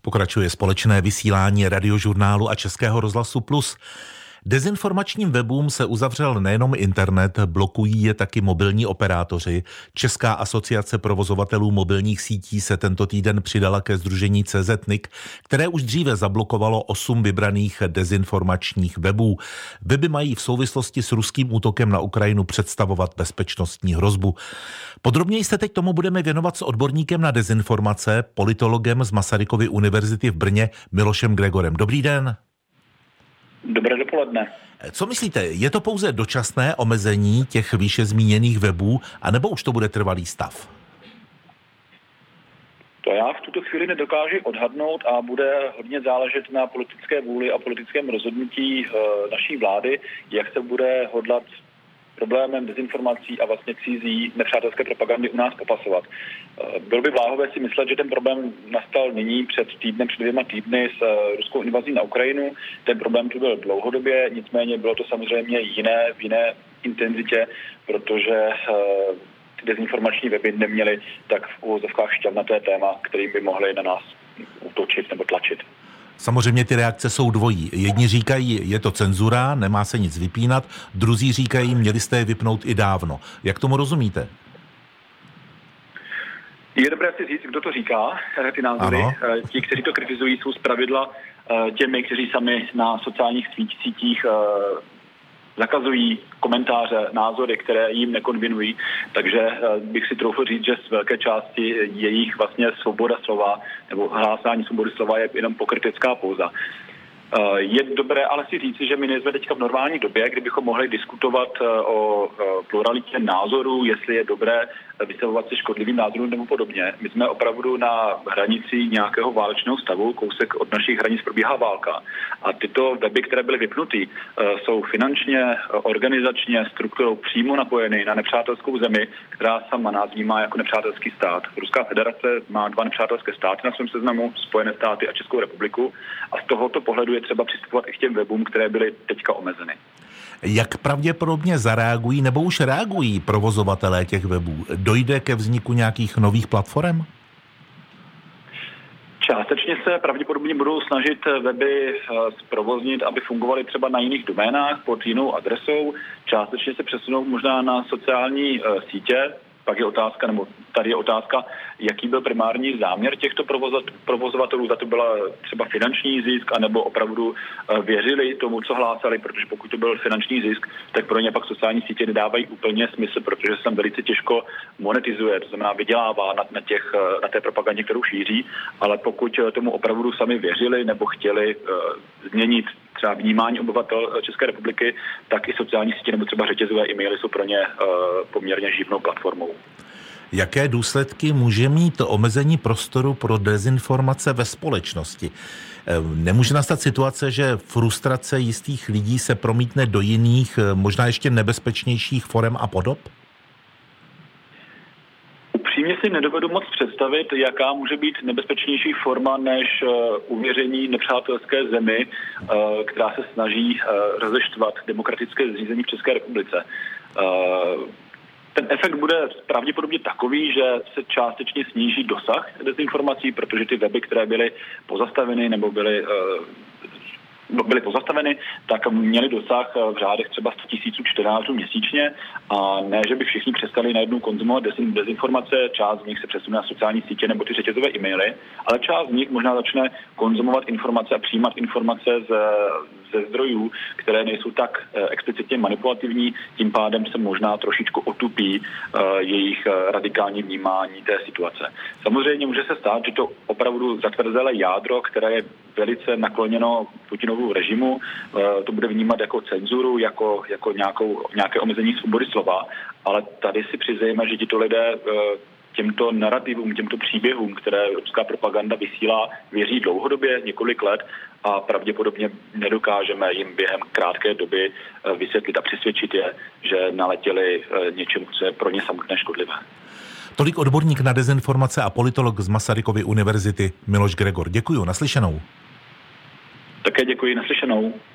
Pokračuje společné vysílání Radiožurnálu a Českého rozhlasu Plus. Dezinformačním webům se uzavřel nejenom internet, blokují je taky mobilní operátoři. Česká asociace provozovatelů mobilních sítí se tento týden přidala ke sdružení CZ.NIC, které už dříve zablokovalo 8 vybraných dezinformačních webů. Weby mají v souvislosti s ruským útokem na Ukrajinu představovat bezpečnostní hrozbu. Podrobněji se teď tomu budeme věnovat s odborníkem na dezinformace, politologem z Masarykovy univerzity v Brně Milošem Gregorem. Dobrý den. Dobré dopoledne. Co myslíte, je to pouze dočasné omezení těch výše zmíněných webů, anebo už to bude trvalý stav? To já v tuto chvíli nedokážu odhadnout a bude hodně záležet na politické vůli a politickém rozhodnutí naší vlády, jak se bude hodlat problémem dezinformací a vlastně cizí nepřátelské propagandy u nás popasovat. Bylo by bláhové si myslet, že ten problém nastal nyní před 2 týdny s ruskou invazí na Ukrajinu. Ten problém tu byl dlouhodobě, nicméně bylo to samozřejmě v jiné intenzitě, protože ty dezinformační weby neměly tak v uvozovkách šťavnaté téma, který by mohly na nás útočit nebo tlačit. Samozřejmě ty reakce jsou dvojí. Jedni říkají, je to cenzura, nemá se nic vypínat, druzí říkají, měli jste je vypnout i dávno. Jak tomu rozumíte? Je dobré si říct, kdo to říká, ty názory. Ano. Ti, kteří to kritizují, jsou zpravidla těmi, kteří sami na sociálních sítích zakazují komentáře, názory, které jim nekonvinují, takže bych si troufl říct, že z velké části jejich vlastně svoboda slova nebo hlásání svobody slova je jenom pokrytecká póza. Je dobré ale si říci, že my nejsme teďka v normální době, kdybychom mohli diskutovat o pluralitě názorů, jestli je dobré vystavovat se škodlivým názorům nebo podobně. My jsme opravdu na hranici nějakého válečného stavu, kousek od našich hranic probíhá válka. A tyto weby, které byly vypnuty, jsou finančně, organizačně, strukturou přímo napojeny na nepřátelskou zemi, která sama nás vnímá jako nepřátelský stát. Ruská federace má 2 nepřátelské státy na svém seznamu, Spojené státy a Českou republiku, a z tohoto pohledu je třeba přistupovat i k těm webům, které byly teďka omezeny. Jak pravděpodobně zareagují nebo už reagují provozovatelé těch webů? Dojde ke vzniku nějakých nových platform? Částečně se pravděpodobně budou snažit weby zprovoznit, aby fungovaly třeba na jiných doménách pod jinou adresou. Částečně se přesunou možná na sociální sítě. Pak je otázka, nebo tady je otázka, jaký byl primární záměr těchto provozovatelů, za to byla třeba finanční zisk, anebo opravdu věřili tomu, co hlásali, protože pokud to byl finanční zisk, tak pro ně pak sociální sítě nedávají úplně smysl, protože se tam velice těžko monetizuje, to znamená vydělává na té propagandě, kterou šíří, ale pokud tomu opravdu sami věřili nebo chtěli změnit třeba vnímání obyvatel České republiky, tak i sociální sítě nebo třeba řetězové e-maily jsou pro ně poměrně živnou platformou. Jaké důsledky může mít omezení prostoru pro dezinformace ve společnosti? Nemůže nastat situace, že frustrace jistých lidí se promítne do jiných, možná ještě nebezpečnějších forem a podob? Upřímně si nedovedu moc představit, jaká může být nebezpečnější forma než uvěření nepřátelské zemi, která se snaží rozeštvat demokratické zřízení v České republice. Ten efekt bude pravděpodobně takový, že se částečně sníží dosah dezinformací, protože ty weby, které byly pozastaveny nebo byly pozastaveny, tak měli dosah v řádech třeba 100 000 čtenářů měsíčně a ne, že by všichni přestali najednou konzumovat dezinformace, část z nich se přesune na sociální sítě nebo ty řetězové e-maily, ale část z nich možná začne konzumovat informace a přijímat informace ze zdrojů, které nejsou tak explicitně manipulativní, tím pádem se možná trošičku otupí jejich radikální vnímání té situace. Samozřejmě může se stát, že to opravdu zatvrzelé jádro, které je velice nakloněno Putinovu režimu, to bude vnímat jako cenzuru, jako nějaké omezení svobody slova, ale tady si přiznejme, že tito lidé těmto narrativům, těmto příběhům, které ruská propaganda vysílá, věří dlouhodobě, několik let a pravděpodobně nedokážeme jim během krátké doby vysvětlit a přesvědčit je, že naletěli něčemu, co je pro ně samotné škodlivé. Tolik odborník na dezinformace a politolog z Masarykovy univerzity Miloš Gregor. Děkuju, naslyšenou. Také děkuji, naslyšenou.